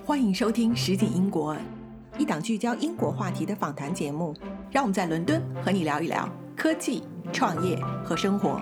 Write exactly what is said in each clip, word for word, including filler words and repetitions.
欢迎收听实景英国，一档聚焦英国话题的访谈节目。让我们在伦敦和你聊一聊科技、创业和生活。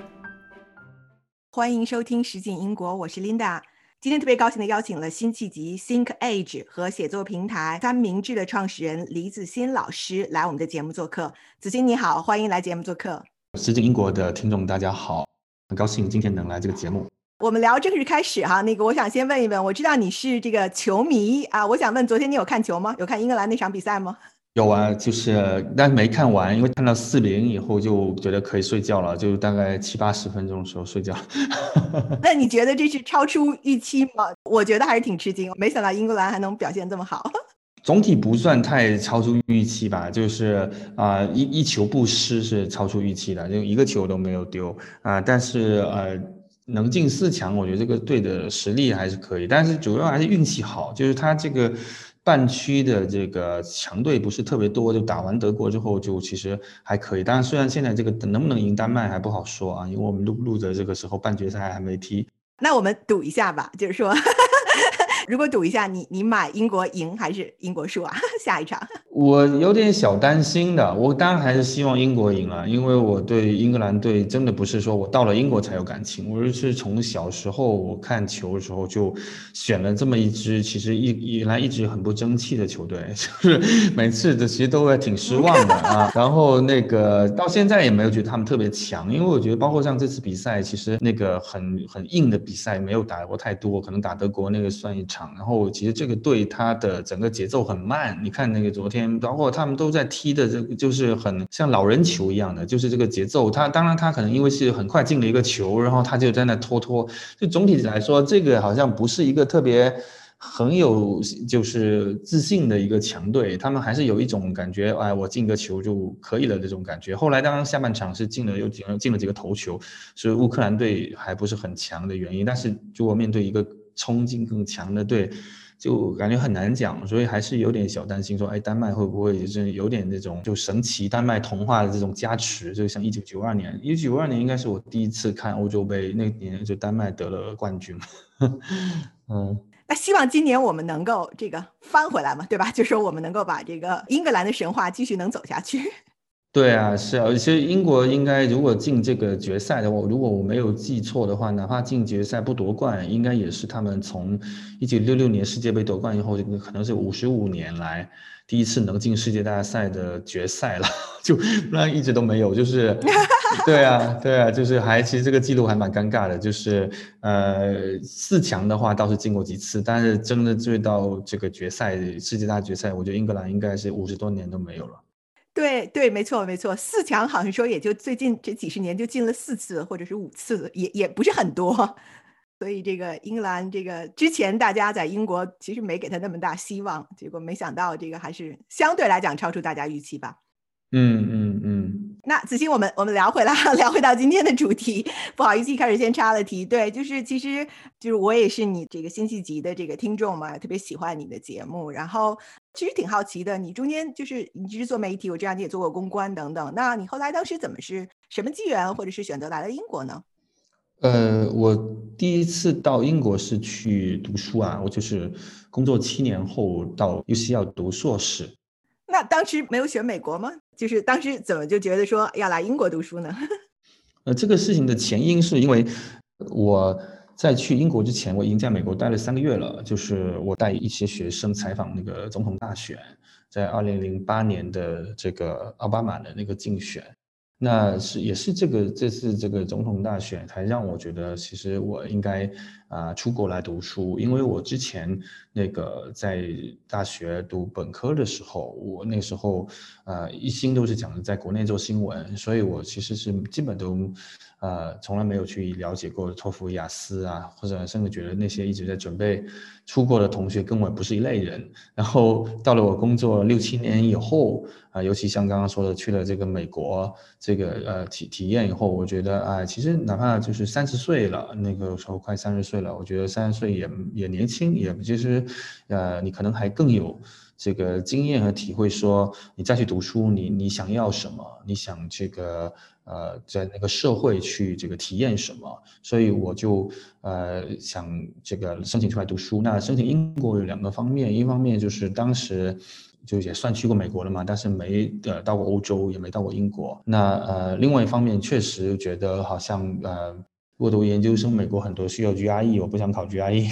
欢迎收听实景英国，我是 Linda。今天特别高兴的邀请了辛弃疾 ThinkAge 和写作平台三明治的创始人李子欣老师来我们的节目做客。子欣你好，欢迎来节目做客。 实景英国的听众大家好，很高兴今天能来这个节目。 我们聊正式开始哈，那个我想先问一问，我知道你是这个球迷啊，我想问，昨天你有看球吗？有看英格兰那场比赛吗？ 有啊，就是但没看完，因为看到四比零以后就觉得可以睡觉了，就大概七八十分钟的时候睡觉。 那你觉得这是超出预期吗？我觉得还是挺吃惊，没想到英格兰还能表现这么好。 总体不算太超出预期吧，就是啊、呃、一一球不失是超出预期的，就一个球都没有丢啊、呃，但是呃能进四强，我觉得这个队的实力还是可以，但是主要还是运气好，就是他这个半区的这个强队不是特别多，就打完德国之后就其实还可以。当然，虽然现在这个能不能赢丹麦还不好说啊，因为我们录录的这个时候半决赛还没踢。 那我们赌一下吧，就是说如果赌一下，你你买英国赢还是英国输啊？下一场我有点小担心的，我当然还是希望英国赢了，因为我对英格兰队真的不是说我到了英国才有感情，我是从小时候我看球的时候就选了这么一支其实一以来一直很不争气的球队，就是每次的其实都会挺失望的啊。然后那个到现在也没有觉得他们特别强，因为我觉得包括像这次比赛，其实那个很很硬的比赛没有打过太多，可能打德国那个算一场。然后其实这个队它的整个节奏很慢，你看那个昨天。包括他们都在踢的这个就是很像老人球一样的，就是这个节奏。他当然他可能因为是很快进了一个球，然后他就在那拖拖。就总体来说，这个好像不是一个特别很有就是自信的一个强队，他们还是有一种感觉，哎，我进个球就可以了这种感觉。后来当然下半场是进了又进了进了几个头球，所以乌克兰队还不是很强的原因。但是如果面对一个冲劲更强的队，就感觉很难讲，所以还是有点小担心说，哎，丹麦会不会就是有点那种就神奇丹麦童话的这种加持，就像一九九二年，一九九二年应该是我第一次看欧洲杯，那年就丹麦得了冠军。 嗯，那希望今年我们能够这个翻回来嘛，对吧？就说我们能够把这个英格兰的神话继续能走下去。 对啊，是啊，其实英国应该如果进这个决赛的话，如果我没有记错的话，哪怕进决赛不夺冠，应该也是他们从一九六六年世界杯夺冠以后，这个可能是五十五年来第一次能进世界大赛的决赛了，就不然一直都没有，就是对啊，对啊，就是还其实这个记录还蛮尴尬的，就是呃四强的话倒是进过几次，但是真的追到这个决赛世界大决赛，我觉得英格兰应该是五十多年都没有了。 对对，没错没错，四强好像说也就最近这几十年就进了四次或者是五次，也也不是很多。所以这个英格兰这个之前大家在英国其实没给他那么大希望，结果没想到这个还是相对来讲超出大家预期吧。 嗯嗯嗯。 那子欣，我们我们聊回来，聊回到今天的主题。不好意思，一开始先插了题。对，就是其实就是我也是你这个辛弃疾的这个听众嘛，特别喜欢你的节目。然后其实挺好奇的，你中间就是你只是做媒体，我知道你也做过公关等等。那你后来当时怎么是什么机缘，或者是选择来了英国呢？ 呃，我第一次到英国是去读书啊，我就是工作七年后到 U C L 读硕士。 那当时没有选美国吗？就是当时怎么就觉得说要来英国读书呢？ 呃，这个事情的前因是因为我在去英国之前，我已经在美国待了三个月了，就是我带一些学生采访那个总统大选，在二零零八年的这个奥巴马的那个竞选。那是也是这个这次这个总统大选才让我觉得，其实我应该啊、呃、出国来读书，因为我之前那个在大学读本科的时候，我那时候呃一心都是讲在国内做新闻，所以我其实是基本都呃从来没有去了解过托福、雅思啊，或者甚至觉得那些一直在准备出国的同学跟我不是一类人。然后到了我工作六七年以后啊、呃，尤其像刚刚说的去了这个美国。这个呃体体验以后，我觉得啊、呃，其实哪怕就是三十岁了，那个时候快三十岁了，我觉得三十岁也也年轻，也其实呃你可能还更有这个经验和体会，说你再去读书，你你想要什么，你想这个呃在那个社会去这个体验什么，所以我就呃想这个申请出来读书。那申请英国有两个方面，一方面就是当时就也算去过美国了嘛，但是没呃到过欧洲，也没到过英国。那呃另外一方面确实觉得好像呃如果读研究生，美国很多需要 G R E， 我不想考 G R E。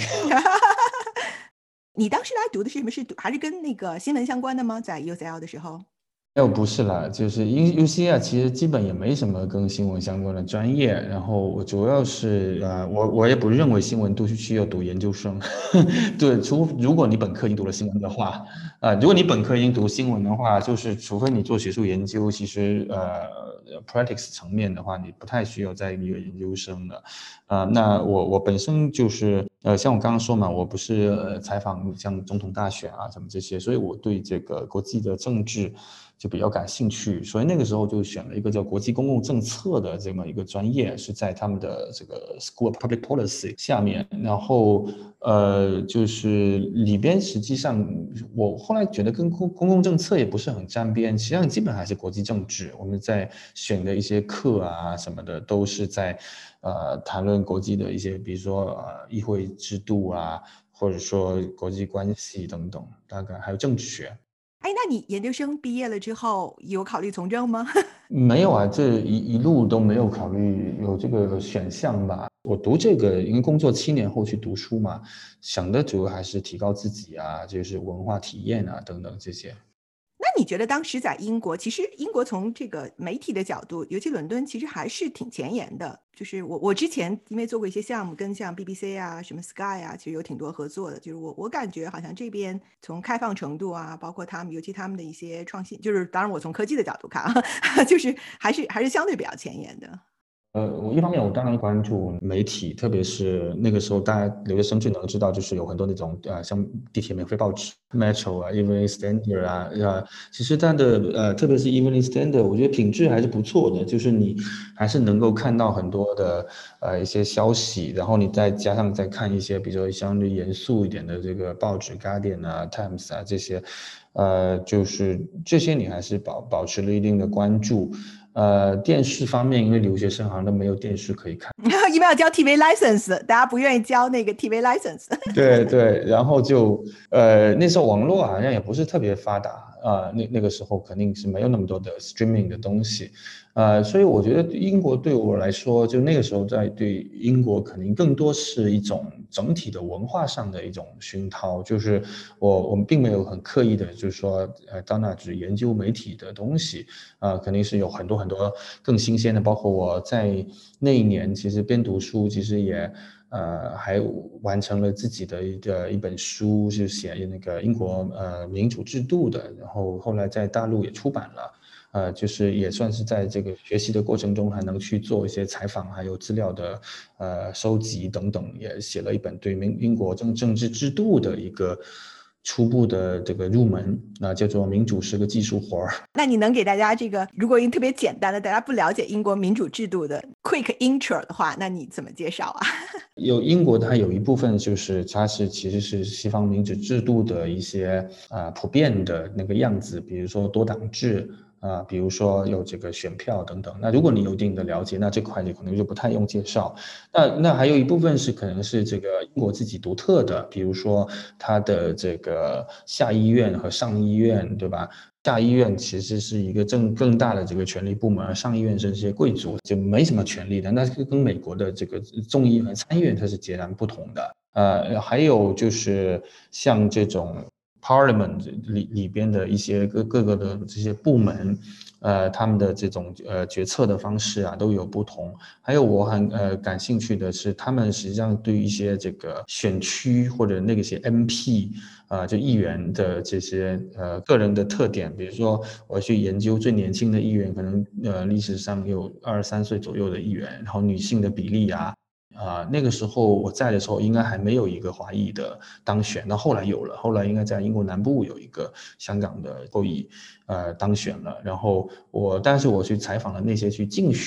你当时来读的是什么？是读还是跟那个新闻相关的吗？在 U C L 的时候？ 又不是啦，就是因 U C L 其实基本也没什么跟新闻相关的专业，然后我主要是呃，我我也不认为新闻都是需要读研究生，对，除如果你本科已经读了新闻的话，啊、呃，如果你本科已经读新闻的话，就是除非你做学术研究，其实呃 practice 层面的话，你不太需要再一个研究生的，啊、呃，那我我本身就是呃，像我刚刚说嘛，我不是呃采访像总统大选啊什么这些，所以我对这个国际的政治就比较感兴趣，所以那个时候就选了一个叫国际公共政策的这么一个专业，是在他们的这个 School of Public Policy 下面，然后呃，就是里边实际上我后来觉得跟公公共政策也不是很沾边，实际上基本还是国际政治。我们在选的一些课啊什么的，都是在呃谈论国际的一些，比如说呃议会制度啊，或者说国际关系等等，大概还有政治学。 哎，那你研究生毕业了之后，有考虑从政吗？ 没有啊，这一一路都没有考虑有这个选项吧。我读这个，因为工作七年后去读书嘛，想的主要还是提高自己啊，就是文化体验啊等等这些。 那你觉得当时在英国，其实英国从这个媒体的角度，尤其伦敦，其实还是挺前沿的。就是我我之前因为做过一些项目，跟像 B B C 啊、什么 Sky 啊，其实有挺多合作的。就是我我感觉好像这边从开放程度啊，包括他们，尤其他们的一些创新，就是当然我从科技的角度看啊，就是还是还是相对比较前沿的。 呃，我一方面我当然关注媒体，特别是那个时候大家留学生最能知道，就是有很多那种呃，像地铁免费报纸 Metro 啊，Evening Standard 啊，呃，其实它的呃，特别是 Evening Standard，我觉得品质还是不错的，就是你还是能够看到很多的呃一些消息，然后你再加上再看一些比较相对严肃一点的这个报纸 Guardian 啊、Times 啊这些，呃，就是这些你还是保保持了一定的关注。呃，电视方面，因为留学生好像都没有电视可以看。 因为要交 T V license，大家不愿意交那个 T V license。 对对，然后就呃那时候网络好像也不是特别发达啊、呃，那那个时候肯定是没有那么多的 streaming 的东西，呃，所以我觉得英国对我来说，就那个时候在对英国肯定更多是一种整体的文化上的一种熏陶，就是我我们并没有很刻意的，就是说呃到那只研究媒体的东西，啊、呃，肯定是有很多很多更新鲜的，包括我在那一年其实边读书，其实也。呃，还完成了自己的一个一本书，是写那个英国呃民主制度的，然后后来在大陆也出版了，呃，就是也算是在这个学习的过程中，还能去做一些采访，还有资料的呃收集等等，也写了一本对民英国政政治制度的一个初步的这个入门，啊、呃，叫做民主是个技术活儿。 那你能给大家这个，如果用特别简单的，大家不了解英国民主制度的 quick intro 的话，那你怎么介绍啊？ 有英国，它有一部分就是它是其实是西方民主制度的一些啊、呃、普遍的那个样子，比如说多党制啊、呃，比如说有这个选票等等。那如果你有一定的了解，那这块你可能就不太用介绍。那那还有一部分是可能是这个英国自己独特的，比如说它的这个下议院和上议院，对吧？下议院其实是一个更更大的这个权力部门，上议院是这些贵族就没什么权力的，那是跟美国的这个众议院和参议院它是截然不同的。呃，还有就是像这种 Parliament 里里边的一些各各个的这些部门，呃，他们的这种呃决策的方式啊都有不同。还有我很呃感兴趣的是，他们实际上对于一些这个选区或者那些 M P。啊，就议员的这些呃个人的特点，比如说我去研究最年轻的议员，可能呃历史上有二十三岁左右的议员，然后女性的比例啊，啊那个时候我在的时候应该还没有一个华裔的当选，那后来有了，后来应该在英国南部有一个香港的后裔呃当选了，然后我但是我去采访了那些去竞选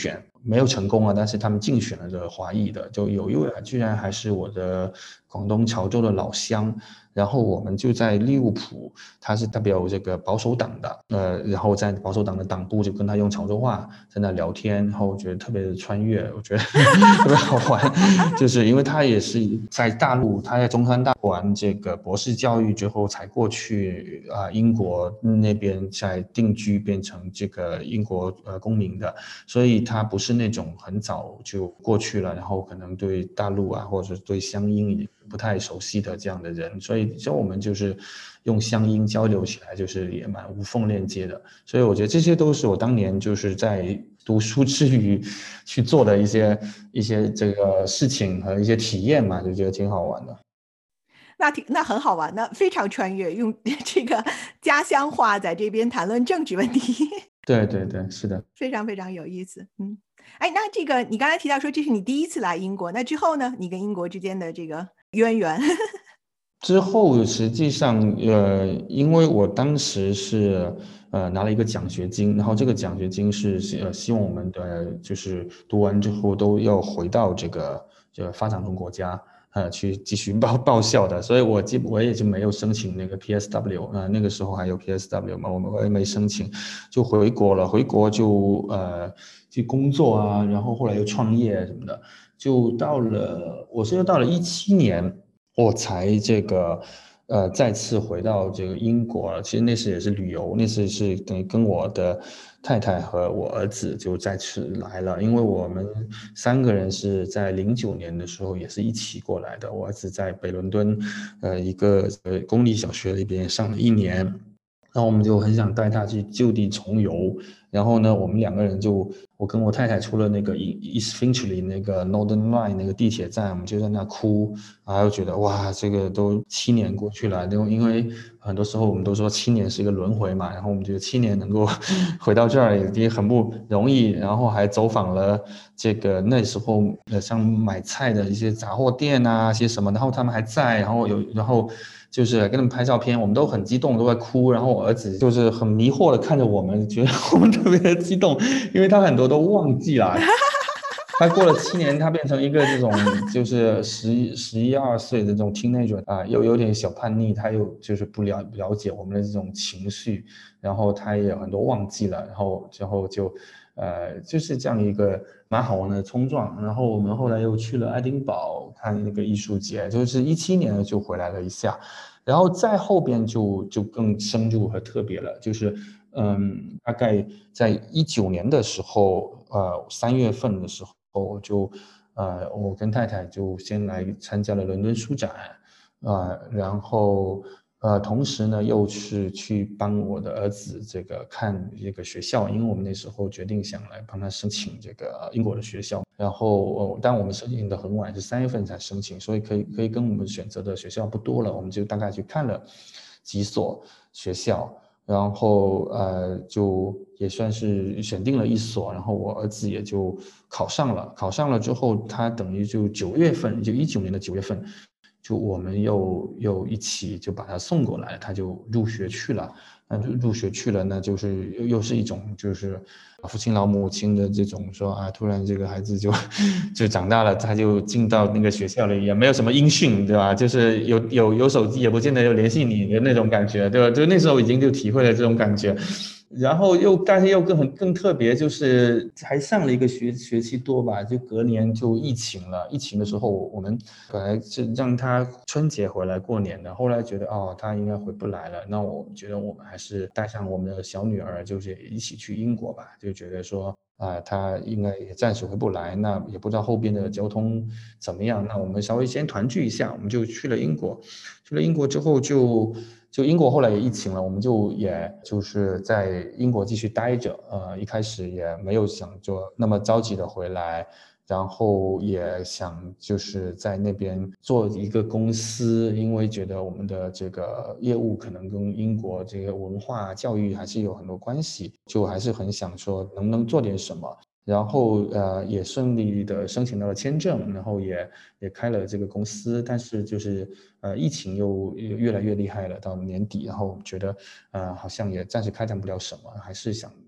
没有成功啊，但是他们竞选了这个华裔的，就有一位居然还是我的广东潮州的老乡。然后我们就在利物浦，他是代表这个保守党的，呃，然后在保守党的党部就跟他用潮州话在那聊天，然后我觉得特别的穿越，我觉得特别好玩，就是因为他也是在大陆，他在中山大完这个博士教育之后才过去啊、呃、英国那边在定居，变成这个英国呃公民的，所以他不是那种很早就过去了，然后可能对大陆啊或者对乡音不太熟悉的这样的人，所以像我们就是用乡音交流起来，就是也蛮无缝链接的。所以我觉得这些都是我当年就是在读书之余去做的一些一些这个事情和一些体验嘛，就觉得挺好玩的。 那挺那很好玩，那非常穿越，用这个家乡话在这边谈论政治问题。 对对对，是的。 非常非常有意思。嗯，哎，那这个你刚才提到说这是你第一次来英国，那之后呢？你跟英国之间的这个渊源？ 之后实际上，呃，因为我当时是呃拿了一个奖学金，然后这个奖学金是呃希望我们的就是读完之后都要回到这个这个发展中国家，呃去继续报报效的，所以我基我也就没有申请那个 P S W，呃那个时候还有 P S W 嘛，我们我也没申请，就回国了，回国就呃去工作啊，然后后来又创业什么的，就到了我是到了一七年。我才这个，呃，再次回到这个英国了。其实那次也是旅游，那次是等于跟我的太太和我儿子就再次来了，因为我们三个人是在零九年的时候也是一起过来的。我儿子在北伦敦，呃，一个呃公立小学里边上了一年，然后我们就很想带他去就地重游。然后呢，我们两个人就，我跟我太太出了那个 East Finchley 那个 Northern Line 那个地铁站，我们就在那哭，然后又觉得哇，这个都七年过去了，因为很多时候我们都说七年是一个轮回嘛，然后我们觉得七年能够回到这儿也很不容易，然后还走访了这个那时候呃像买菜的一些杂货店啊，些什么，然后他们还在，然后有然后。就是跟他们拍照片，我们都很激动，都在哭。然后我儿子就是很迷惑的看着我们，觉得我们特别的激动，因为他很多都忘记了。他过了七年，他变成一个这种就是十一、十一二岁的这种 teenager 啊，又有点小叛逆，他又就是不了了解我们的这种情绪，然后他也有很多忘记了，然后之后就呃就是这样一个蛮好玩的冲撞。然后我们后来又去了爱丁堡看那个艺术节，就是一七年就回来了一下，然后再后边就就更深入和特别了，就是嗯大概在一九年的时候，呃三月份的时候。我就，呃，我跟太太就先来参加了伦敦书展，呃，然后，呃，同时呢，又是去帮我的儿子这个看这个学校，因为我们那时候决定想来帮他申请这个英国的学校，然后，呃，但我们申请的很晚，是三月份才申请，所以可以可以跟我们选择的学校不多了，我们就大概去看了几所学校。然后呃，就也算是选定了一所，然后我儿子也就考上了。考上了之后，他等于就九月份，就一九年的九月份，就我们又又一起就把他送过来，他就入学去了。那就入学去了，那就是又又是一种就是父亲老母亲的这种说啊，突然这个孩子就就长大了，他就进到那个学校里，也没有什么音讯，对吧？就是有有有手机，也不见得有联系你的那种感觉，对吧？就那时候已经就体会了这种感觉。然后又，但是又更很更特别，就是还上了一个学学期多吧，就隔年就疫情了。疫情的时候，我们本来是让他春节回来过年的，后来觉得哦，他应该回不来了，那我觉得我们还是带上我们的小女儿，就是一起去英国吧，就觉得说啊、呃，他应该也暂时回不来，那也不知道后边的交通怎么样，那我们稍微先团聚一下，我们就去了英国。去了英国之后就。就英国后来也疫情了，我们就也就是在英国继续待着，呃，一开始也没有想做那么着急的回来，然后也想就是在那边做一个公司，因为觉得我们的这个业务可能跟英国这个文化教育还是有很多关系，就还是很想说能不能做点什么。然后呃也顺利的申请到了签证，然后也也开了这个公司，但是就是呃疫情又越来越厉害了，到年底，然后觉得呃好像也暂时开展不了什么，还是想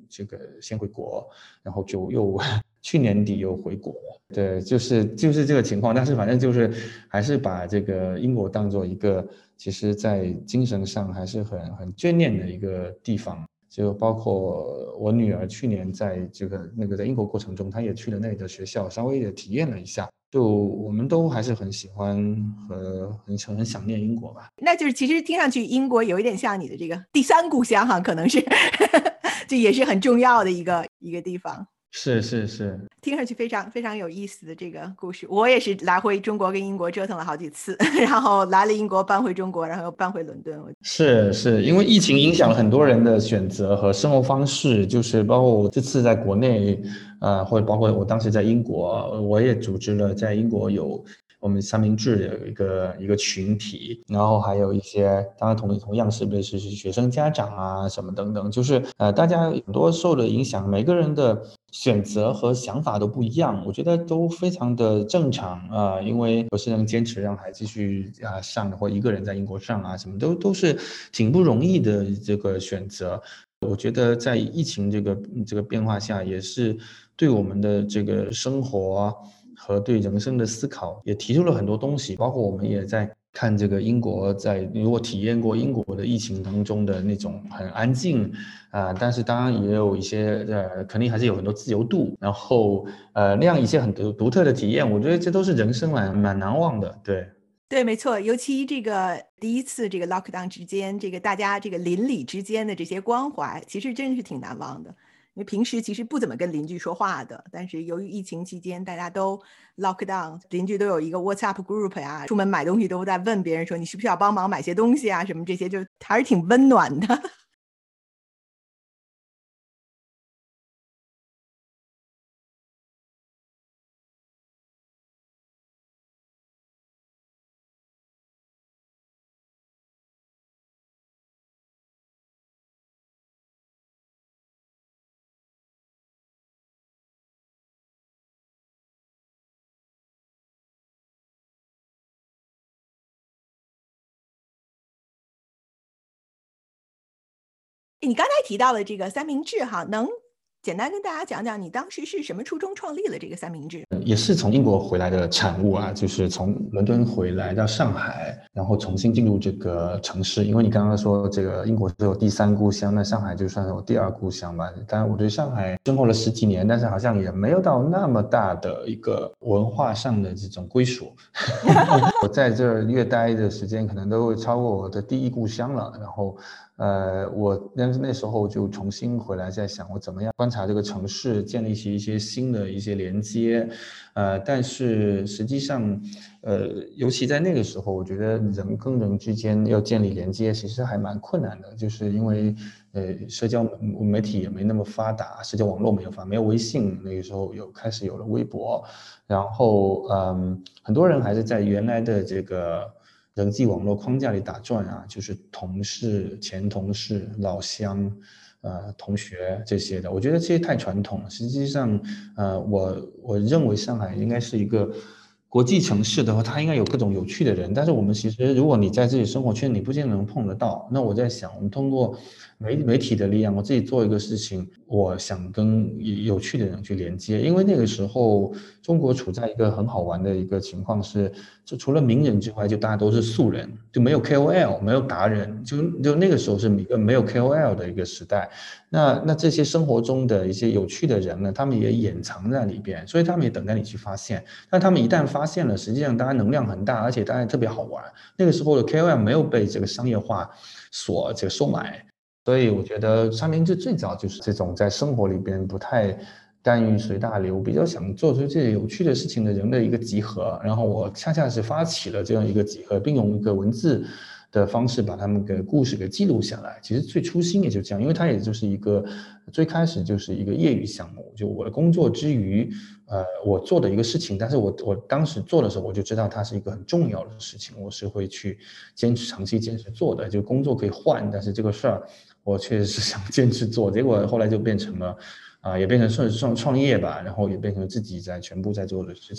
这个先回国，然后就又去年底又回国了。对，就是就是这个情况。但是反正就是还是把这个英国当做一个其实在精神上还是很很眷恋的一个地方。就包括我女儿去年在这个那个在英国过程中，她也去了那里的学校，稍微的体验了一下。就我们都还是很喜欢和很很想念英国吧。 那就是其实听上去英国有一点像你的这个第三故乡哈，可能是这也是很重要的一个一个地方。 是是是， 听上去非常非常有意思的这个故事。我也是来回中国跟英国折腾了好几次，然后来了英国搬回中国，然后又搬回伦敦。 是是，因为疫情影响了很多人的选择和生活方式，就是包括我这次在国内，呃，或者包括我当时在英国，我也组织了在英国有我们三明治有一个一个群体，然后还有一些当然同同样是不是学生家长啊什么等等，就是呃大家很多受的影响，每个人的选择和想法都不一样，我觉得都非常的正常啊、呃，因为有些人坚持让孩子继续啊上，或一个人在英国上啊，什么都都是挺不容易的这个选择。我觉得在疫情这个这个变化下，也是对我们的这个生活啊和对人生的思考也提出了很多东西，包括我们也在看这个英国在如果体验过英国的疫情当中的那种很安静啊、呃，但是当然也有一些呃，肯定还是有很多自由度，然后呃那样一些很独独特的体验，我觉得这都是人生蛮蛮难忘的，对。 对，没错，尤其这个第一次这个 lockdown 之间，这个大家这个邻里之间的这些关怀，其实真是挺难忘的。因为平时其实不怎么跟邻居说话的，但是由于疫情期间大家都 lockdown，邻居都有一个 WhatsApp group 呀，出门买东西都在问别人说你需不需要帮忙买些东西啊，什么这些就还是挺温暖的。你刚才提到了这个三明治哈，能简单跟大家讲讲你当时是什么初衷创立了这个三明治？ 也是从英国回来的产物啊，就是从伦敦回来到上海，然后重新进入这个城市。因为你刚刚说这个英国是有第三故乡，那上海就算是我第二故乡吧。当然我对上海生活了十几年，但是好像也没有到那么大的一个文化上的这种归属。我在这儿越待的时间可能都会超过我的第一故乡了，然后呃，我那那时候就重新回来，在想我怎么样观察这个城市，建立起一些新的一些连接，呃，但是实际上，呃，尤其在那个时候，我觉得人跟人之间要建立连接，其实还蛮困难的，就是因为呃，社交媒体也没那么发达，社交网络没有发，没有微信，那个时候有开始有了微博，然后嗯，很多人还是在原来的这个人际网络框架里打转啊，就是同事、前同事、老乡，呃，同学这些的。我觉得这些太传统了。实际上，呃，我我认为上海应该是一个国际城市的话，它应该有各种有趣的人。但是我们其实，如果你在自己生活圈，你不见得能碰得到。那我在想，我们通过媒媒体的力量，我自己做一个事情，我想跟有趣的人去连接。因为那个时候，中国处在一个很好玩的一个情况是，就除了名人之外，就大家都是素人，就没有 K O L，没有达人，就就那个时候是一个没有 K O L 的一个时代。那那这些生活中的一些有趣的人呢，他们也掩藏在里边，所以他们也等待你去发现。但他们一旦发现了，实际上大家能量很大，而且大家特别好玩。那个时候的 K O L 没有被这个商业化所这个收买。所以我觉得三明治最早就是这种在生活里边不太甘于随大流，比较想做出这些有趣的事情的人的一个集合。然后我恰恰是发起了这样一个集合，并用一个文字的方式把他们的故事给记录下来。其实最初心也就这样，因为它也就是一个最开始就是一个业余项目，就我的工作之余，呃，我做的一个事情。但是我我当时做的时候，我就知道它是一个很重要的事情，我是会去坚持长期坚持做的。就工作可以换，但是这个事儿我确实是想坚持做，结果后来就变成了，啊、呃，也变成算是创创业吧，然后也变成自己在全部在做的事情。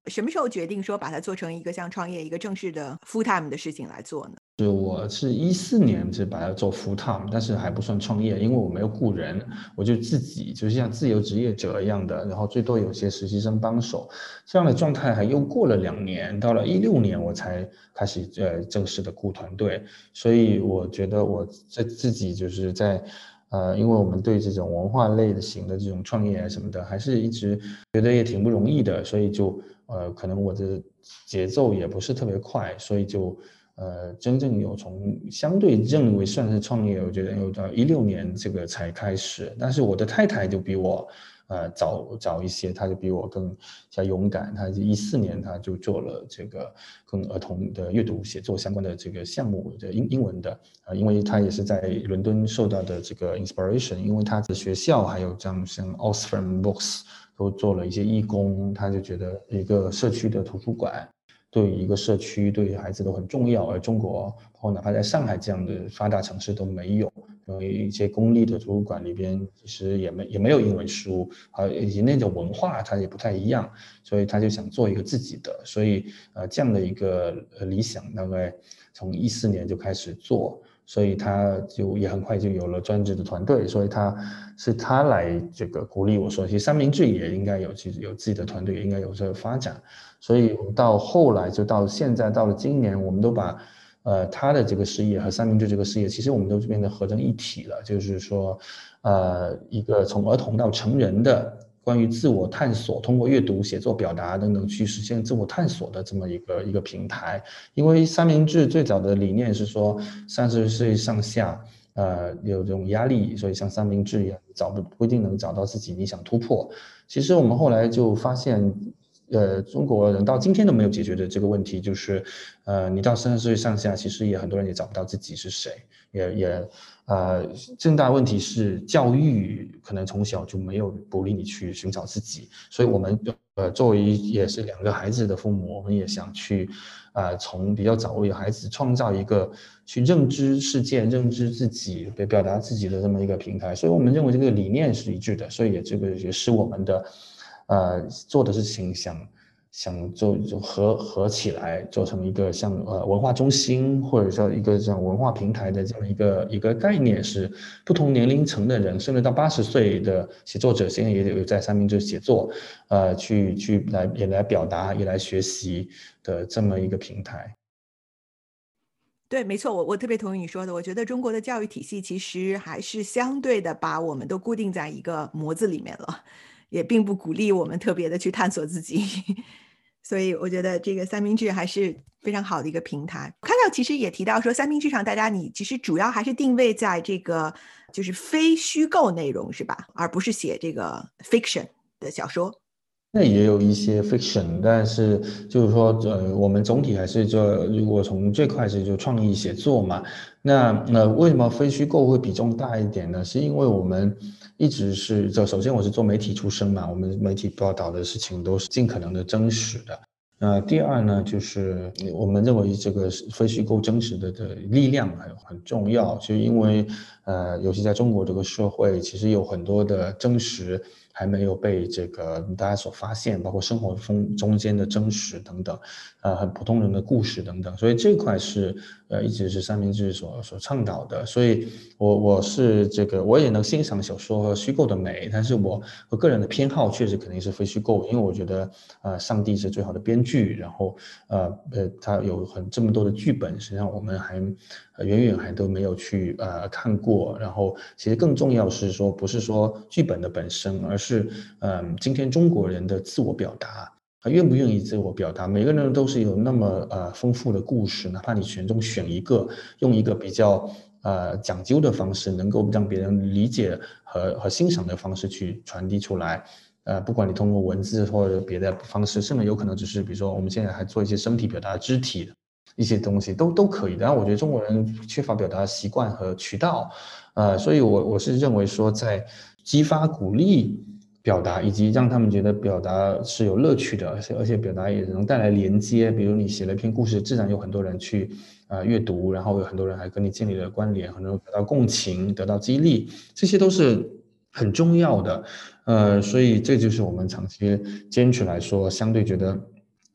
什么时候决定说把它做成一个像创业一个正式的 full time 的事情来做呢？ 是我是一四年是把它做 full time，但是还不算创业，因为我没有雇人，我就自己就是像自由职业者一样的，然后最多有些实习生帮手，这样的状态还又过了两年，到了一六年我才开始呃正式的雇团队，所以我觉得我在自己就是在。呃，因为我们对这种文化类的型的这种创业啊什么的，还是一直觉得也挺不容易的，所以就呃，可能我的节奏也不是特别快，所以就呃，真正有从相对认为算是创业，我觉得有到一六年这个才开始，但是我的太太就比我呃早早一些，她就比我更加勇敢，她一四年她就做了这个跟儿童的阅读写作相关的这个项目的英英文的啊、呃，因为她也是在伦敦受到的这个 inspiration，因为她的学校还有这样像 Oxfam Books 都做了一些义工，她就觉得一个社区的图书馆。对一个社区对孩子都很重要，而中国包括哪怕在上海这样的发达城市都没有，因为一些公立的图书馆里边其实也没也没有英文书，啊，以及那种文化它也不太一样，所以他就想做一个自己的，所以呃这样的一个理想大概从一四年就开始做。所以他就也很快就有了专职的团队，所以他是他来这个鼓励我说，其实三明治也应该有其实有自己的团队，也应该有这个发展。所以到后来就到现在到了今年，我们都把呃他的这个事业和三明治这个事业，其实我们都变得合成一体了。就是说，呃，一个从儿童到成人的关于自我探索，通过阅读、写作、表达等等去实现自我探索的这么一个一个平台。因为三明治最早的理念是说，三十岁上下。呃，有这种压力，所以像三明治一样，找不不一定能找到自己你想突破。其实我们后来就发现，呃，中国人到今天都没有解决的这个问题，就是，呃，你到三十岁上下，其实也很多人也找不到自己是谁，也也，呃，更大问题是教育可能从小就没有鼓励你去寻找自己，所以我们呃作为也是两个孩子的父母，我们也想去，呃，从比较早为孩子创造一个去认知世界、认知自己、被表达自己的这么一个平台，所以我们认为这个理念是一致的，所以也这个也是我们的。呃，做的事情想想做就合合起来，做成一个像呃文化中心，或者说一个像文化平台的这么一个一个概念，是不同年龄层的人，甚至到八十岁的写作者，现在也有在三明治写作，呃，去去来也来表达，也来学习的这么一个平台。 对，没错，我我特别同意你说的。我觉得中国的教育体系其实还是相对的把我们都固定在一个模子里面了，也并不鼓励我们特别的去探索自己。所以我觉得这个三明治还是非常好的一个平台。看到其实也提到说，三明治上大家你其实主要还是定位在这个就是非虚构内容是吧，而不是写这个 fiction 的小说。 那也有一些 fiction，但是就是说，呃，我们总体还是就如果从最开始就创意写作嘛，那那为什么非虚构会比重大一点呢？是因为我们一直是，就首先我是做媒体出身嘛，我们媒体报道的事情都是尽可能的真实的。呃，第二呢，就是我们认为这个非虚构真实的的力量很很重要，就因为呃，尤其在中国这个社会，其实有很多的真实还没有被这个大家所发现，包括生活中中间的真实等等，呃，很普通人的故事等等，所以这块是呃一直是三明治所所倡导的，所以我我是这个我也能欣赏小说和虚构的美，但是我我个人的偏好确实肯定是非虚构，因为我觉得呃上帝是最好的编剧，然后呃呃他有很这么多的剧本，实际上我们还呃远远还都没有去呃看过，然后其实更重要是说不是说剧本的本身，而是嗯、呃、今天中国人的自我表达。他愿不愿意自我表达？每个人都是有那么呃丰富的故事，哪怕你选中选一个，用一个比较呃讲究的方式，能够让别人理解和和欣赏的方式去传递出来。呃，不管你通过文字或者别的方式，甚至有可能只是比如说我们现在还做一些身体表达、肢体的一些东西，都都可以的。然后我觉得中国人缺乏表达习惯和渠道，呃，所以我我是认为说在激发鼓励。表达，以及让他们觉得表达是有乐趣的，而且而且表达也能带来连接。比如你写了一篇故事，自然有很多人去呃阅读，然后有很多人还跟你建立了关联，很多人得到共情，得到激励，这些都是很重要的。呃，所以这就是我们长期坚持来说，相对觉得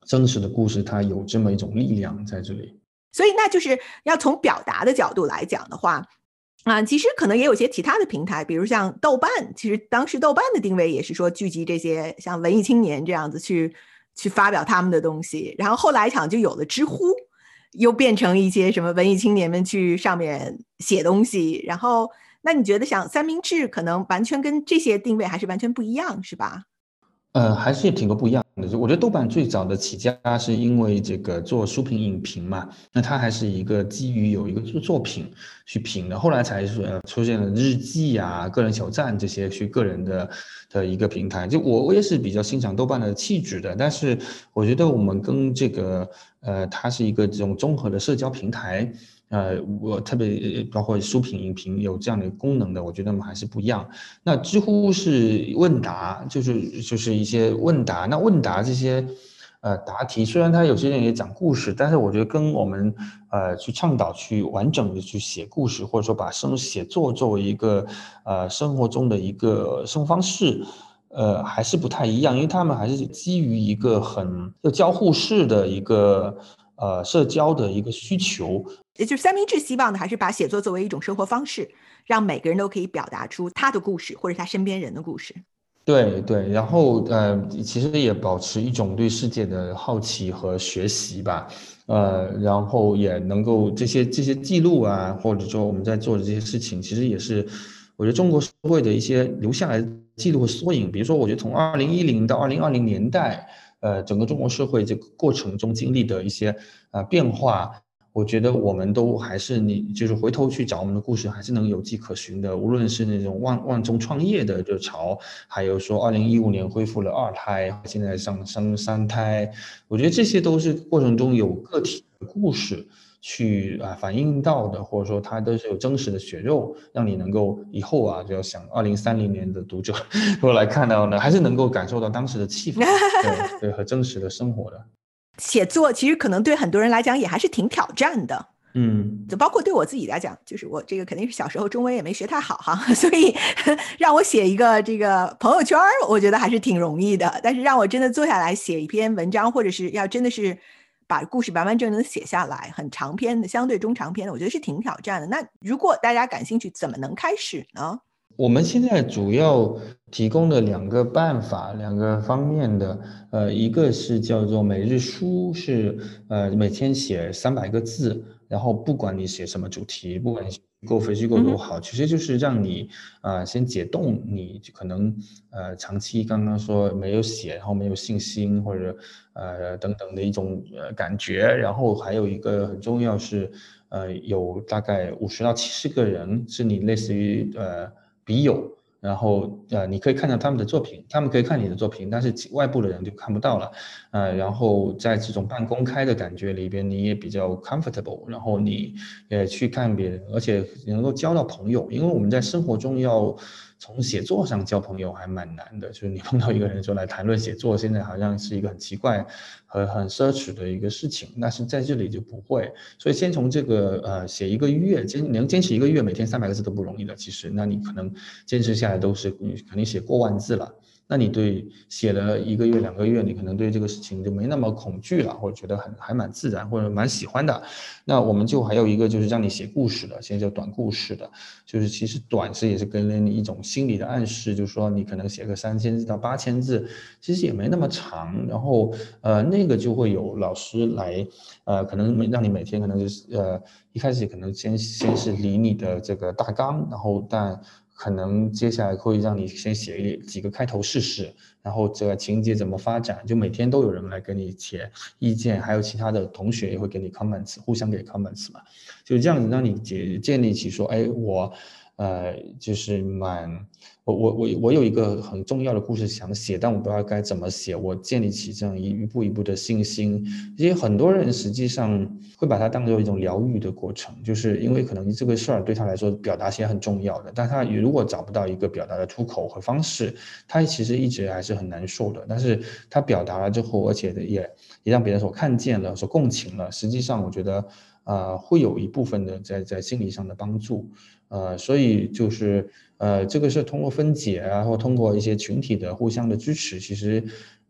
真实的故事它有这么一种力量在这里。 所以那就是要从表达的角度来讲的话，啊，其实可能也有些其他的平台，比如像豆瓣，其实当时豆瓣的定位也是说聚集这些像文艺青年这样子去去发表他们的东西，然后后来好像就有了知乎，又变成一些什么文艺青年们去上面写东西，然后那你觉得像三明治可能完全跟这些定位还是完全不一样，是吧？ 呃，还是挺个不一样的。就我觉得豆瓣最早的起家是因为这个做书评影评嘛，那它还是一个基于有一个作作品去评的，后来才是呃出现了日记啊、个人小站这些去个人的的一个平台。就我我也是比较欣赏豆瓣的气质的，但是我觉得我们跟这个呃，它是一个这种综合的社交平台。呃，我特别包括书评、影评有这样的功能的，我觉得我们还是不一样。那知乎是问答，就是就是一些问答。那问答这些呃答题，虽然它有些人也讲故事，但是我觉得跟我们呃去倡导去完整的去写故事，或者说把生写作作为一个呃生活中的一个生活方式。呃，还是不太一样，因为他们还是基于一个很就交互式的一个呃社交的一个需求。 也就是三明治希望的还是把写作作为一种生活方式，让每个人都可以表达出他的故事或者他身边人的故事。 对对，然后呃，其实也保持一种对世界的好奇和学习吧，呃，然后也能够这些这些记录啊，或者说我们在做的这些事情，其实也是我觉得中国社会的一些留下来的记录和缩影。比如说，我觉得从二零一零到二零二零年代，呃，整个中国社会这个过程中经历的一些呃变化。我觉得我们都还是你就是回头去找我们的故事，还是能有迹可循的。无论是那种万万众创业的热潮，还有说二零一五年恢复了二胎，现在上升三胎，我觉得这些都是过程中有个体的故事去啊反映到的，或者说它都是有真实的血肉，让你能够以后啊就要想二零三零年的读者如果来看到呢，还是能够感受到当时的气氛，对对和真实的生活的。 写作其实可能对很多人来讲也还是挺挑战的， 嗯。 就包括对我自己来讲，就是我这个肯定是小时候中文也没学太好哈，所以让我写一个这个朋友圈，我觉得还是挺容易的。但是让我真的坐下来写一篇文章，或者是要真的是把故事完完整整的写下来，很长篇的，相对中长篇的，我觉得是挺挑战的。那如果大家感兴趣，怎么能开始呢？ 我们现在主要提供的两个办法，两个方面的，呃，一个是叫做每日书，是呃每天写三百个字，然后不管你写什么主题，不管你虚构非虚构都好，其实就是让你啊、呃、先解冻你可能呃长期刚刚说没有写，然后没有信心或者呃等等的一种呃感觉，然后还有一个很重要是呃有大概五十到七十个人是你类似于呃。笔友，然后呃，你可以看到他们的作品，他们可以看你的作品，但是外部的人就看不到了，呃，然后在这种半公开的感觉里边，你也比较 comfortable，然后你也去看别人，而且能够交到朋友，因为我们在生活中要从写作上交朋友还蛮难的，就是你碰到一个人说来谈论写作，现在好像是一个很奇怪和很奢侈的一个事情，但是在这里就不会，所以先从这个呃写一个月，坚能坚持一个月，每天三百个字都不容易的，其实，那你可能坚持下来都是肯定写过万字了。那你对写了一个月、两个月，你可能对这个事情就没那么恐惧了，或者觉得很还蛮自然，或者蛮喜欢的。那我们就还有一个就是让你写故事的，现在叫短故事的，就是其实短是也是给人一种心理的暗示，就是说你可能写个三千字到八千字，其实也没那么长。然后呃那个就会有老师来，呃可能让你每天可能就是呃一开始可能先先是理你的这个大纲，然后但可能接下来会让你先写几个开头试试，然后这个情节怎么发展，就每天都有人来给你写意见，还有其他的同学也会给你 comments， 互相给 comments 嘛，就这样子让你建建立起说，哎，我呃就是蛮我我我我有一个很重要的故事想写，但我不知道该怎么写，我建立起这样一一步一步的信心。因为很多人实际上会把它当做一种疗愈的过程，就是因为可能这个事儿对他来说表达其实很重要的，但他如果找不到一个表达的出口和方式，他其实一直还是很难受的。但是他表达了之后，而且也也让别人所看见了，所共情了，实际上我觉得呃会有一部分的在在心理上的帮助。呃，所以就是呃，这个是通过分解啊，或通过一些群体的互相的支持，其实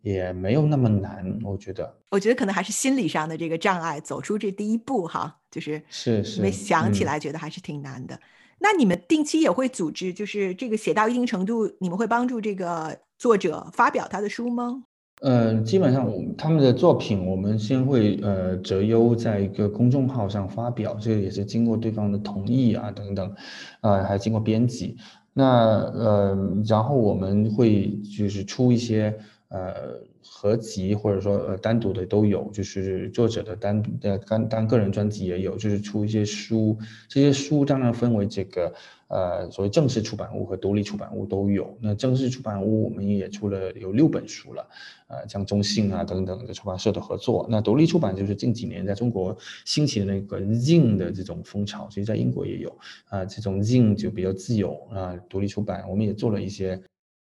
也没有那么难，我觉得。 我觉得可能还是心理上的这个障碍，走出这第一步哈，就是因为是是，嗯。 想起来觉得还是挺难的。那你们定期也会组织，就是这个写到一定程度，你们会帮助这个作者发表他的书吗？ 呃，基本上我他们的作品，我们先会呃择优在一个公众号上发表，这个也是经过对方的同意啊等等，呃，还经过编辑。那呃，然后我们会就是出一些呃合集，或者说呃单独的都有，就是作者的单呃单单个人专辑也有，就是出一些书，这些书当然分为这个呃所谓正式出版物和独立出版物都有。那正式出版物我们也出了有六本书了。呃，像中信啊等等的出版社的合作。那独立出版就是近几年在中国兴起的那个 Zine 的这种风潮，其实在英国也有啊、呃这种 Zine 就比较自由啊、呃独立出版，我们也做了一些。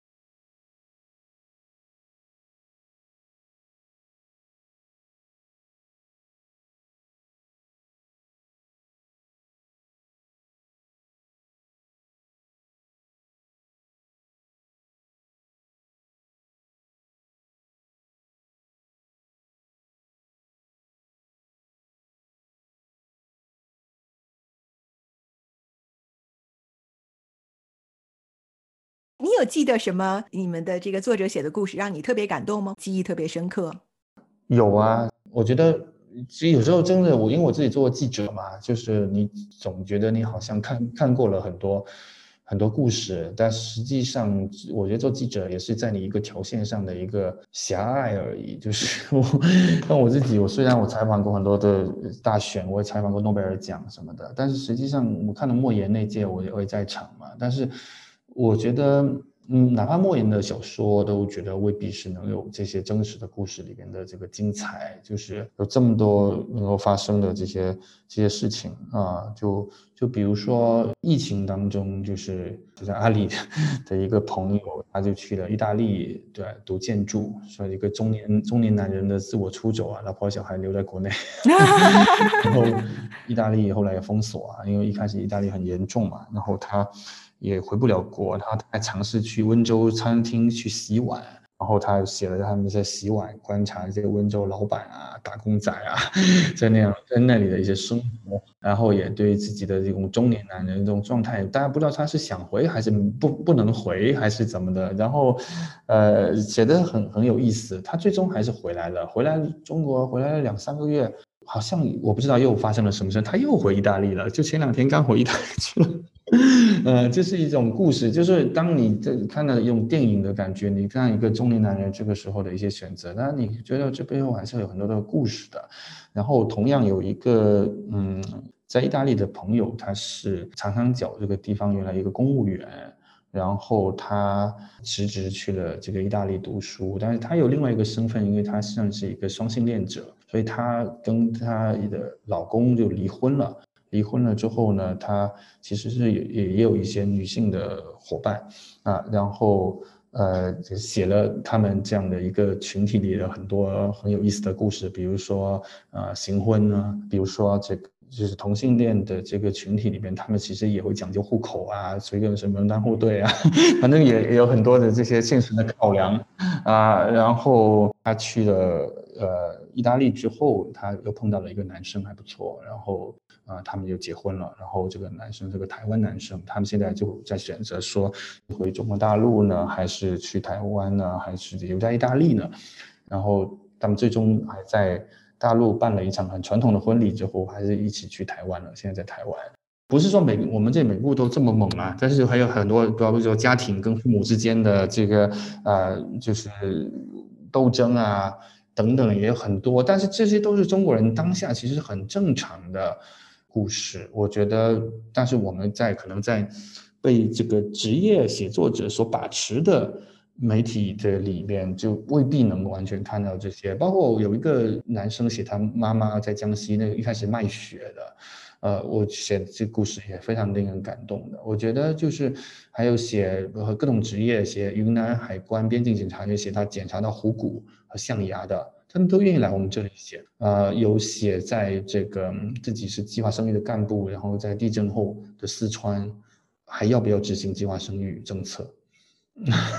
你有记得什么你们的这个作者写的故事让你特别感动吗？记忆特别深刻？ 有啊，我觉得其实有时候真的，我因为我自己做过记者嘛，就是你总觉得你好像看看过了很多很多故事，但实际上我觉得做记者也是在你一个条线上的一个狭隘而已。就是我，像我自己，我虽然我采访过很多的大选，我也采访过诺贝尔奖什么的，但是实际上我看了莫言那届，我也会在场嘛，但是我觉得。嗯，哪怕莫言的小说，都觉得未必是能有这些真实的故事里面的这个精彩，就是有这么多能够发生的这些这些事情啊，就就比如说疫情当中，就是就是阿里的一个朋友，他就去了意大利，对，读建筑，说一个中年中年男人的自我出走啊，老婆小孩留在国内，然后意大利后来也封锁啊，因为一开始意大利很严重嘛，然后他也回不了国，他还尝试去温州餐厅去洗碗，然后他写了他们在洗碗，观察这个温州老板啊、打工仔啊，在那样在那里的一些生活，然后也对自己的这种中年男人这种状态，大家不知道他是想回还是不不能回还是怎么的，然后，呃，写的很很有意思，他最终还是回来了，回来中国回来了两三个月。好像我不知道又发生了什么事，他又回意大利了，就前两天刚回意大利去了。呃，这是一种故事，就是当你这看到一种电影的感觉，你看一个中年男人这个时候的一些选择，那你觉得这背后还是有很多的故事的。然后同样有一个嗯，在意大利的朋友，他是长三角这个地方原来一个公务员。然后他辞职去了这个意大利读书，但是他有另外一个身份，因为他算是一个双性恋者，所以他跟他的老公就离婚了。离婚了之后呢，他其实是也也也有一些女性的伙伴啊，然后呃写了他们这样的一个群体里的很多很有意思的故事，比如说呃行婚呢，比如说这个。就是同性恋的这个群体里边，他们其实也会讲究户口啊，所以什么门当户对啊，反正也也有很多的这些现实的考量啊。然后他去了呃意大利之后，他又碰到了一个男生还不错，然后啊、呃、他们就结婚了。然后这个男生这个台湾男生，他们现在就在选择说回中国大陆呢，还是去台湾呢，还是留在意大利呢？然后他们最终还在大陆办了一场很传统的婚礼之后，还是一起去台湾了。现在在台湾，不是说每我们这每步都这么猛啊，但是还有很多，比如说家庭跟父母之间的这个呃，就是斗争啊等等也有很多，但是这些都是中国人当下其实很正常的故事，我觉得，但是我们在可能在被这个职业写作者所把持的媒体的里面，就未必能完全看到这些。包括有一个男生写他妈妈在江西那个一开始卖血的，呃，我写这故事也非常令人感动的。我觉得就是还有写和各种职业，写云南海关边境检查员写他检查到虎骨和象牙的。他们都愿意来我们这里写，呃，有写在这个自己是计划生育的干部，然后在地震后的四川，还要不要执行计划生育政策？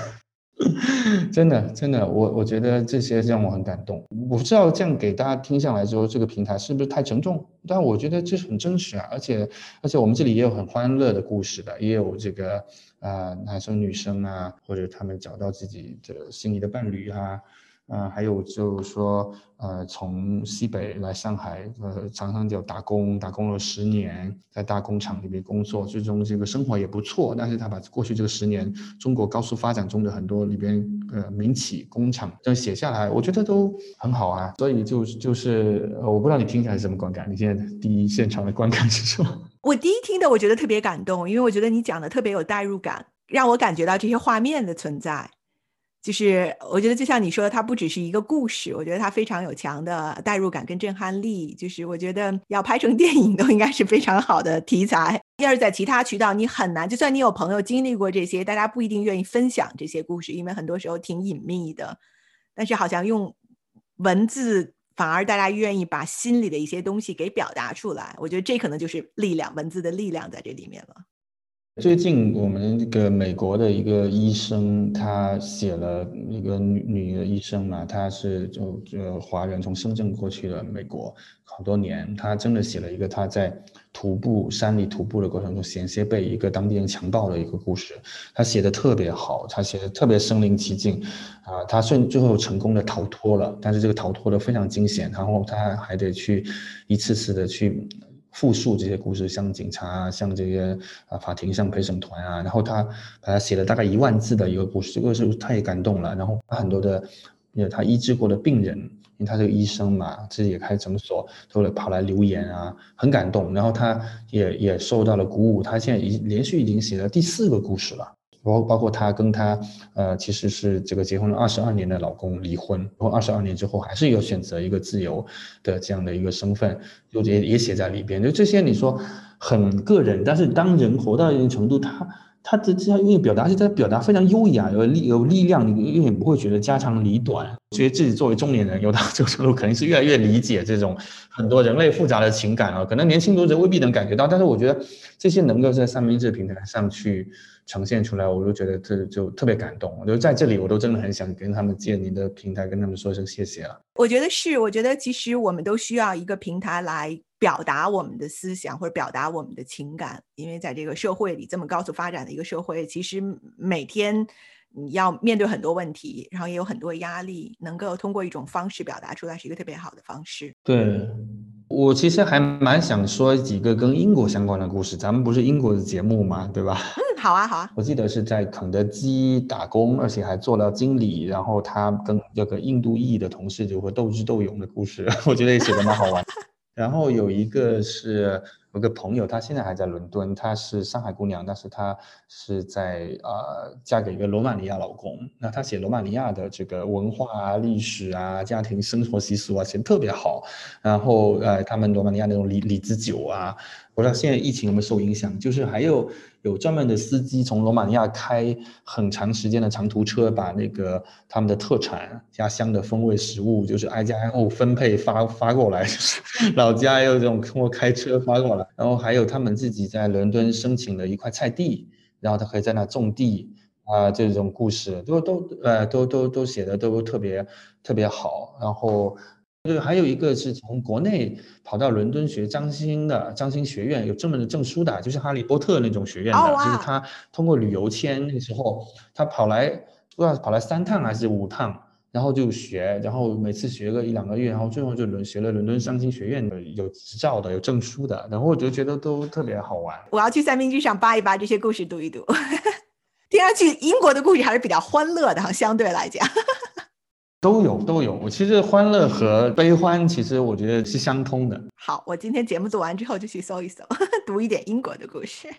真的真的，我我觉得这些让我很感动。我不知道这样给大家听下来之后，这个平台是不是太沉重？但我觉得这是很真实啊，而且而且我们这里也有很欢乐的故事的，也有这个啊、呃男生女生啊，或者他们找到自己的心仪的伴侣啊，呃，还有就是说，呃，从西北来上海，呃，长长久打工，打工了十年，在大工厂里面工作，最终这个生活也不错。但是他把过去这个十年中国高速发展中的很多里边呃民企工厂这样写下来，我觉得都很好啊。所以就就是呃我不知道你听起来是什么观感，你现在第一现场的观感是什么？ 我第一听的我觉得特别感动，因为我觉得你讲的特别有代入感，让我感觉到这些画面的存在。就是我觉得就像你说的，它不只是一个故事，我觉得它非常有强的代入感跟震撼力。就是我觉得要拍成电影都应该是非常好的题材。要是在其他渠道，你很难，就算你有朋友经历过这些，大家不一定愿意分享这些故事，因为很多时候挺隐秘的。但是好像用文字，反而大家愿意把心里的一些东西给表达出来。我觉得这可能就是力量，文字的力量在这里面了。 最近我们这个美国的一个医生，他写了一个女女的医生嘛，她是就就华人从深圳过去了美国好多年，她真的写了一个她在徒步山里徒步的过程中险些被一个当地人强暴的一个故事，她写的特别好，她写的特别身临其境，啊，她虽然最后成功的逃脱了，但是这个逃脱的非常惊险，然后她还得去一次次的去复述这些故事，像警察啊，像这些啊法庭上陪审团啊，然后他把他写了大概一万字的一个故事，这个是太感动了。然后很多的，呃，他医治过的病人，因为他是个医生嘛，自己也开诊所，都跑来留言啊，很感动。然后他也也受到了鼓舞，他现在已连续已经写了第四个故事了。包包括她跟她呃其实是这个结婚了二十二年的老公离婚，然后二十二年之后还是有选择一个自由的这样的一个身份，就也也写在里边。就这些你说很个人，但是当人活到一定程度，他他的这样因为表达是在表达非常优雅，有力有力量，你永远不会觉得家长里短。觉得自己作为中年人，有到这个程度，肯定是越来越理解这种很多人类复杂的情感啊。可能年轻读者未必能感觉到，但是我觉得这些能够在三明治平台上去呈现出来，我都觉得这就特别感动。我就在这里，我都真的很想跟他们借你的平台，跟他们说一声谢谢了。 我觉得是，我觉得其实我们都需要一个平台来表达我们的思想或者表达我们的情感，因为在这个社会里这么高速发展的一个社会，其实每天你要面对很多问题，然后也有很多压力，能够通过一种方式表达出来是一个特别好的方式。 对，我其实还蛮想说几个跟英国相关的故事，咱们不是英国的节目嘛，对吧？ 嗯，好啊，好啊。 我记得是在肯德基打工，而且还做了经理，然后他跟这个印度裔的同事就会斗智斗勇的故事，我觉得也写的蛮好玩。然后有一个是有个朋友，她现在还在伦敦，她是上海姑娘，但是她是在呃嫁给一个罗马尼亚老公。那她写罗马尼亚的这个文化啊、历史啊、家庭生活习俗啊，写的特别好。然后呃，他们罗马尼亚那种李李子酒啊，不知道现在疫情有没有受影响，就是还有有专门的司机从罗马尼亚开很长时间的长途车，把那个他们的特产家乡的风味食物，就是挨家挨户分配发发过来，就是老家也有这种通过开车发过来，然后还有他们自己在伦敦申请了一块菜地，然后他可以在那种地啊、呃这种故事都都呃都都都写的都特别特别好，然后。对，还有一个是从国内跑到伦敦学占星的，占星学院有这么的证书的，就是哈利波特那种学院哦， 的，就是哇。 他通过旅游签，那个时候他跑来不知道跑来三趟还是五趟，然后就学，然后每次学个一两个月，然后最后就轮学了伦敦占星学院的有执照的，有证书的，然后我就觉得都特别好玩。 我要去三明治上扒一扒这些故事读一读。听上去英国的故事还是比较欢乐的，相对来讲。 都有都有，我其实欢乐和悲欢，其实我觉得是相通的。 好，我今天节目做完之后就去搜一搜，读一点英国的故事。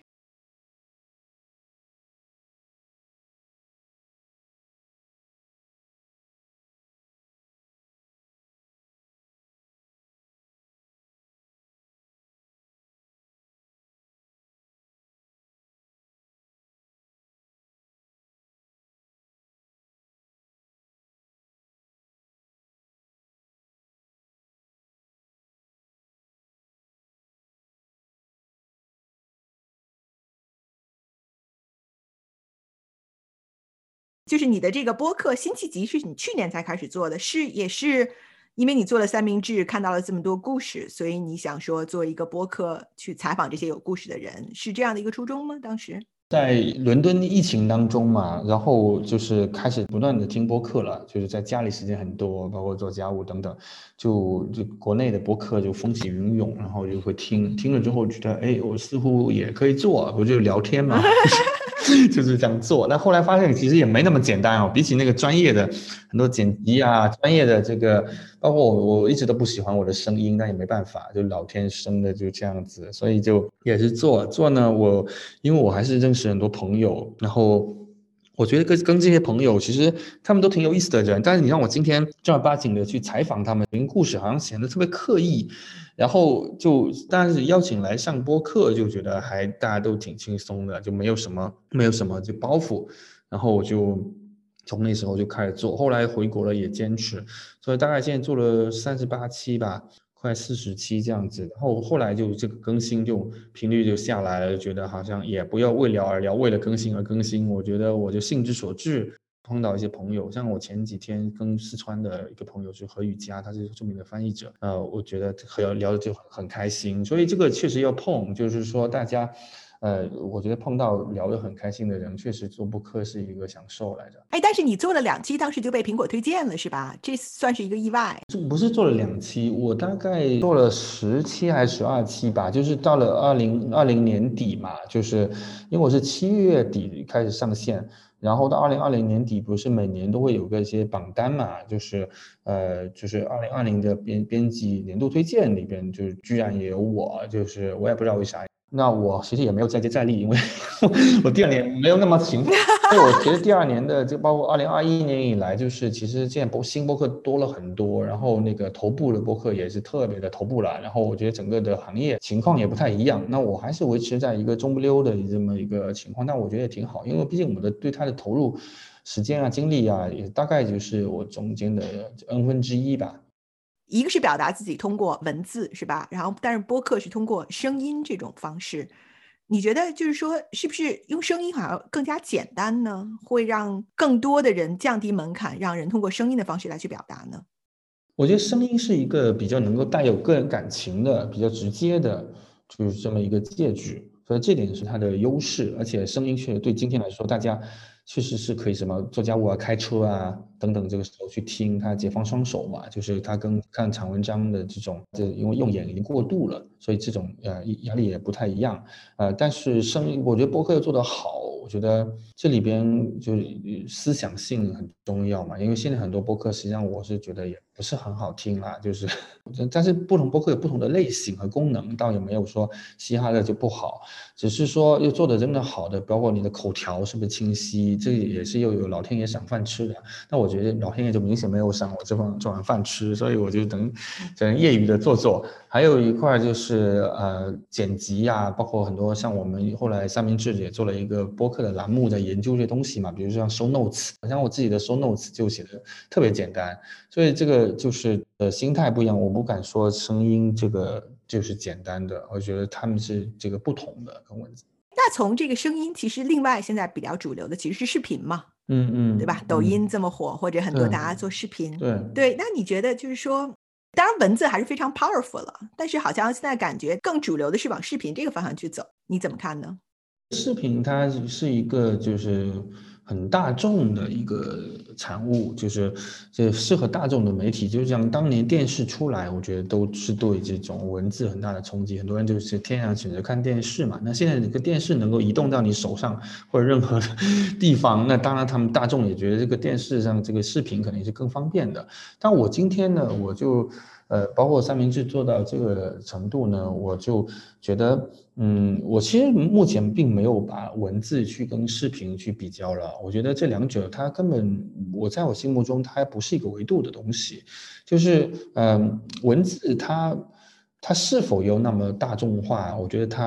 就是你的这个播客辛弃疾是你去年才开始做的，是也是因为你做了三明治，看到了这么多故事，所以你想说做一个播客去采访这些有故事的人，是这样的一个初衷吗？当时在伦敦疫情当中嘛，然后就是开始不断的听播客了，就是在家里时间很多，包括做家务等等，就就国内的播客就风起云涌，然后就会听，听了之后觉得，哎，我似乎也可以做，我就聊天嘛。就是这样做，但后来发现其实也没那么简单哦。比起那个专业的很多剪辑啊，专业的这个，包括我我一直都不喜欢我的声音，但也没办法，就老天生的就这样子，所以就也是做做呢。我因为我还是认识很多朋友，然后我觉得跟跟这些朋友，其实他们都挺有意思的人，但是你让我今天正儿八经的去采访他们，听故事好像显得特别刻意。然后就，但是邀请来上播客，就觉得还大家都挺轻松的，就没有什么没有什么就包袱。然后我就从那时候就开始做，后来回国了也坚持，所以大概现在做了三十八期吧，快四十期这样子。然后后来就这个更新就频率就下来了，就觉得好像也不要为聊而聊，为了更新而更新。我觉得我就兴之所至。碰到一些朋友，像我前几天跟四川的一个朋友是何宇佳，他是著名的翻译者，呃，我觉得和聊的就很开心，所以这个确实要碰，就是说大家，呃，我觉得碰到聊得很开心的人，确实做播客是一个享受来着。 哎，但是你做了两期，当时就被苹果推荐了，是吧？这算是一个意外。 这不是做了两期，我大概做了十期还是十二期吧，就是到了二零二零年底嘛，就是因为我是七月底开始上线。然后到二零二零年底，不是每年都会有个一些榜单嘛，就是呃，就是二零二零的编编辑年度推荐里边，就是居然也有我，就是我也不知道为啥。那我其实也没有再接再厉，因为我第二年没有那么勤奋，所以我觉得第二年的就包括二零二一年以来，就是其实现在播新播客多了很多，然后那个头部的播客也是特别的头部了，然后我觉得整个的行业情况也不太一样。那我还是维持在一个中不溜的这么一个情况，但我觉得也挺好，因为毕竟我的对它的投入时间啊、精力啊，也大概就是我中间的 n 分之一吧。 一个是表达自己通过文字是吧？然后但是播客是通过声音这种方式，你觉得就是说是不是用声音好像更加简单呢？会让更多的人降低门槛，让人通过声音的方式来去表达呢？ 我觉得声音是一个比较能够带有个人感情的、比较直接的，就是这么一个介质，所以这点是它的优势。而且声音确实对今天来说，大家确实是可以什么做家务啊、开车啊等等，这个时候去听它，解放双手嘛。就是它跟看长文章的这种，这因为用眼已经过度了，所以这种呃压力也不太一样。呃，但是声音，我觉得播客要做得好。我觉得这里边就是思想性很重要嘛，因为现在很多播客实际上我是觉得也不是很好听啦，就是但是不同播客有不同的类型和功能，倒也没有说嘻哈的就不好，只是说又做的真的好的，包括你的口条是不是清晰，这也是又有老天爷赏饭吃的。那我觉得老天爷就明显没有赏我这份这碗饭吃，所以我就等等业余的做做。还有一块就是呃剪辑啊，包括很多像我们后来三明治也做了一个播客的栏目，在研究这些东西嘛，比如说像收 notes，像我自己的收 notes 就写的特别简单，所以这个就是呃心态不一样，我不敢说声音这个就是简单的，我觉得他们是这个不同的跟文字。 那从这个声音，其实另外现在比较主流的其实是视频嘛， 嗯嗯， 对吧？抖音这么火，或者很多对大家做视频， 对对。那你觉得就是说，当然文字还是非常 powerful 了，但是好像现在感觉更主流的是往视频这个方向去走，你怎么看呢？ 视频它是一个就是很大众的一个产物，就是这适合大众的媒体，就像当年电视出来，我觉得都是对这种文字很大的冲击，很多人就是天然选择看电视嘛。那现在这个电视能够移动到你手上或者任何地方，那当然他们大众也觉得这个电视上这个视频肯定是更方便的。但我今天呢，我就。呃，包括三明治做到这个程度呢，我就觉得，嗯，我其实目前并没有把文字去跟视频去比较了。我觉得这两者它根本，我在我心目中它不是一个维度的东西。就是，嗯、呃，文字它它是否有那么大众化？我觉得它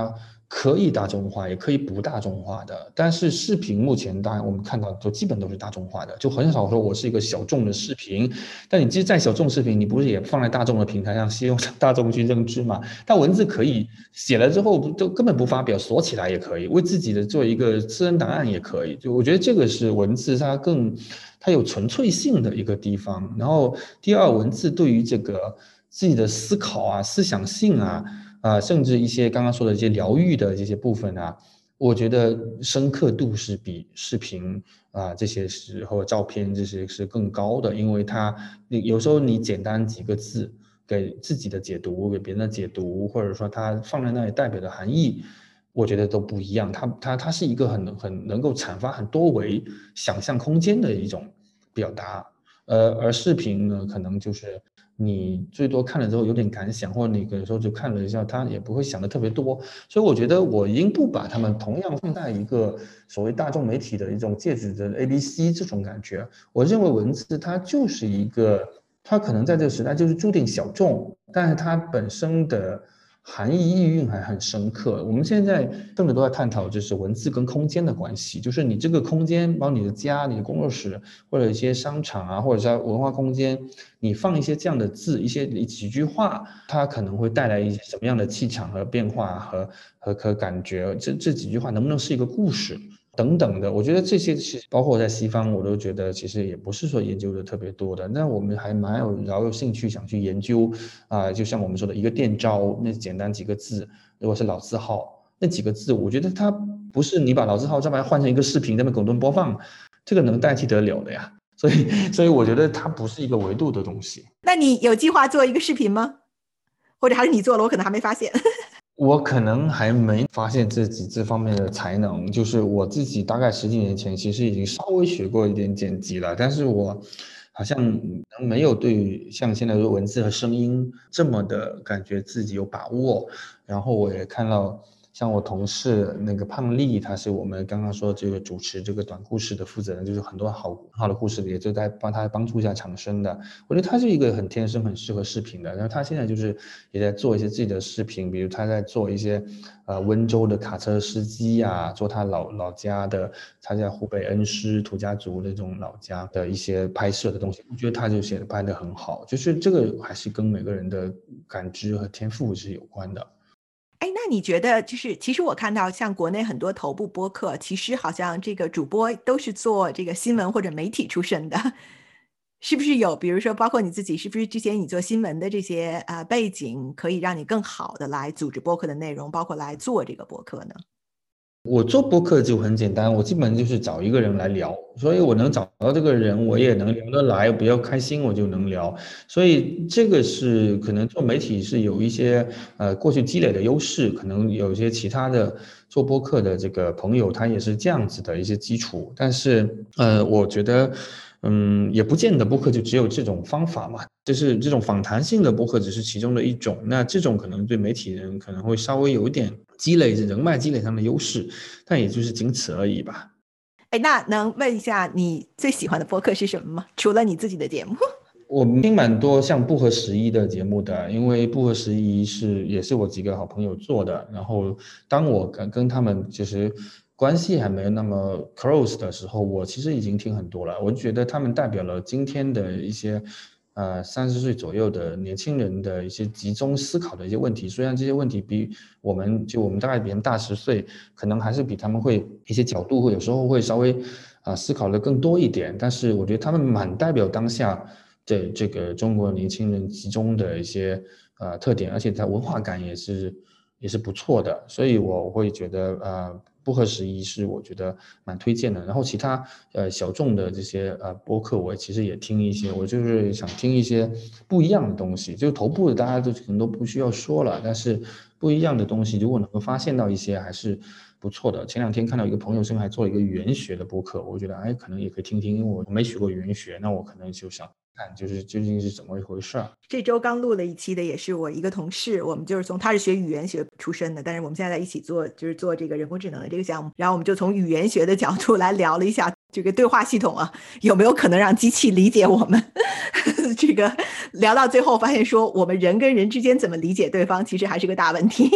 可以大众化，也可以不大众化的。但是视频目前当然我们看到都基本都是大众化的，就很少说我是一个小众的视频。但你其实在小众视频，你不是也放在大众的平台上，希望大众去认知嘛？但文字可以写了之后就根本不发表，锁起来也可以，为自己的做一个私人档案也可以。就我觉得这个是文字它更它有纯粹性的一个地方。然后第二，文字对于这个自己的思考啊、思想性啊。啊，甚至一些刚刚说的一些疗愈的这些部分啊，我觉得深刻度是比视频啊这些时候照片这些是更高的，因为它你有时候你简单几个字给自己的解读，给别人的解读，或者说它放在那里代表的含义，我觉得都不一样。它它它是一个很很能够阐发很多维想象空间的一种表达，呃，而视频呢，可能就是你最多看了之后有点感想，或者你有时候就看了一下，他也不会想的特别多。所以我觉得我应不把他们同样放在一个所谓大众媒体的一种介质的 A B C 这种感觉。我认为文字它就是一个，它可能在这个时代就是注定小众，但是它本身的含义意蕴还很深刻。我们现在甚至都在探讨就是文字跟空间的关系，就是你这个空间，包括你的家、你的工作室，或者一些商场啊，或者在文化空间，你放一些这样的字，一些几句话，它可能会带来一些什么样的气场和变化和和和感觉？这这几句话能不能是一个故事？等等的，我觉得这些其实包括在西方，我都觉得其实也不是说研究的特别多的，但我们还蛮有饶有兴趣想去研究啊、呃，就像我们说的一个店招，那简单几个字，如果是老字号那几个字，我觉得它不是你把老字号再把它换成一个视频，那么滚动播放，这个能代替得了的呀。所以，所以我觉得它不是一个维度的东西。 那你有计划做一个视频吗？或者还是你做了，我可能还没发现。 我可能还没发现自己这方面的才能，就是我自己大概十几年前其实已经稍微学过一点剪辑了，但是我好像没有对像现在的文字和声音这么的感觉自己有把握。然后我也看到像我同事那个胖丽，他是我们刚刚说这个主持这个短故事的负责人，就是很多好好的故事也就在帮他帮助下产生的。我觉得他是一个很天生很适合视频的，然后他现在就是也在做一些自己的视频，比如他在做一些呃温州的卡车司机啊，做他老老家的，他在湖北恩施土家族那种老家的一些拍摄的东西，我觉得他就写的拍得很好，就是这个还是跟每个人的感知和天赋是有关的。 哎，那你觉得就是其实我看到像国内很多头部播客，其实好像这个主播都是做这个新闻或者媒体出身的，是不是有比如说包括你自己，是不是之前你做新闻的这些呃背景，可以让你更好的来组织播客的内容，包括来做这个播客呢？ 我做播客就很简单，我基本就是找一个人来聊，所以我能找到这个人，我也能聊得来，比较开心，我就能聊。所以这个是可能做媒体是有一些呃过去积累的优势，可能有一些其他的做播客的这个朋友他也是这样子的一些基础，但是呃，我觉得。嗯，也不见得播客就只有这种方法嘛，就是这种访谈性的播客只是其中的一种。那这种可能对媒体人可能会稍微有一点积累人脉积累上的优势，但也就是仅此而已吧。 哎，那能问一下你最喜欢的播客是什么吗？除了你自己的节目？ 我听蛮多像不合时宜的节目的，因为不合时宜是也是我几个好朋友做的。然后当我跟跟他们其实关系还没有那么 close 的时候，我其实已经听很多了。我觉得他们代表了今天的一些呃三十岁左右的年轻人的一些集中思考的一些问题。虽然这些问题比我们就我们大概比他们大十岁，可能还是比他们会一些角度会有时候会稍微啊、呃、思考的更多一点，但是我觉得他们蛮代表当下。对这个中国年轻人集中的一些呃特点，而且它文化感也是也是不错的，所以我会觉得呃不合时宜是我觉得蛮推荐的。然后其他呃小众的这些呃播客，我其实也听一些，我就是想听一些不一样的东西。就头部的大家都可能都不需要说了，但是不一样的东西，如果能够发现到一些还是不错的。前两天看到一个朋友甚至还做了一个语言学的播客，我觉得哎可能也可以听听，因为我没学过语言学，那我可能就想。看就是究竟是怎么一回事儿。 这周刚录了一期的，也是我一个同事，我们就是从他是学语言学出身的，但是我们现在在一起做，就是做这个人工智能的这个项目，然后我们就从语言学的角度来聊了一下这个对话系统啊，有没有可能让机器理解我们？这个聊到最后发现说，我们人跟人之间怎么理解对方，其实还是个大问题。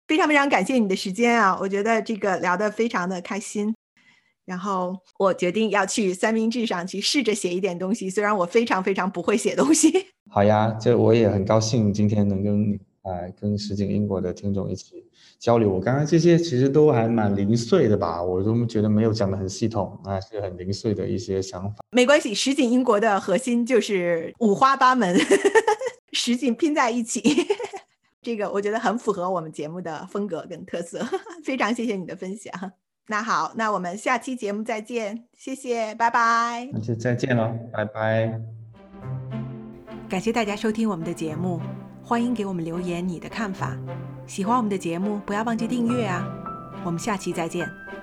非常非常感谢你的时间啊，我觉得这个聊得非常的开心。然后我决定要去三明治上去试着写一点东西，虽然我非常非常不会写东西。 好呀，这我也很高兴今天能跟你呃跟实景英国的听众一起交流。我刚刚这些其实都还蛮零碎的吧，我都觉得没有讲得很系统啊，是很零碎的一些想法。 没关系，实景英国的核心就是五花八门，实景拼在一起。这个我觉得很符合我们节目的风格跟特色，非常谢谢你的分享。那好，那我们下期节目再见，谢谢，拜拜。 那就再见了，拜拜。 感谢大家收听我们的节目，欢迎给我们留言你的看法。喜欢我们的节目，不要忘记订阅啊！我们下期再见。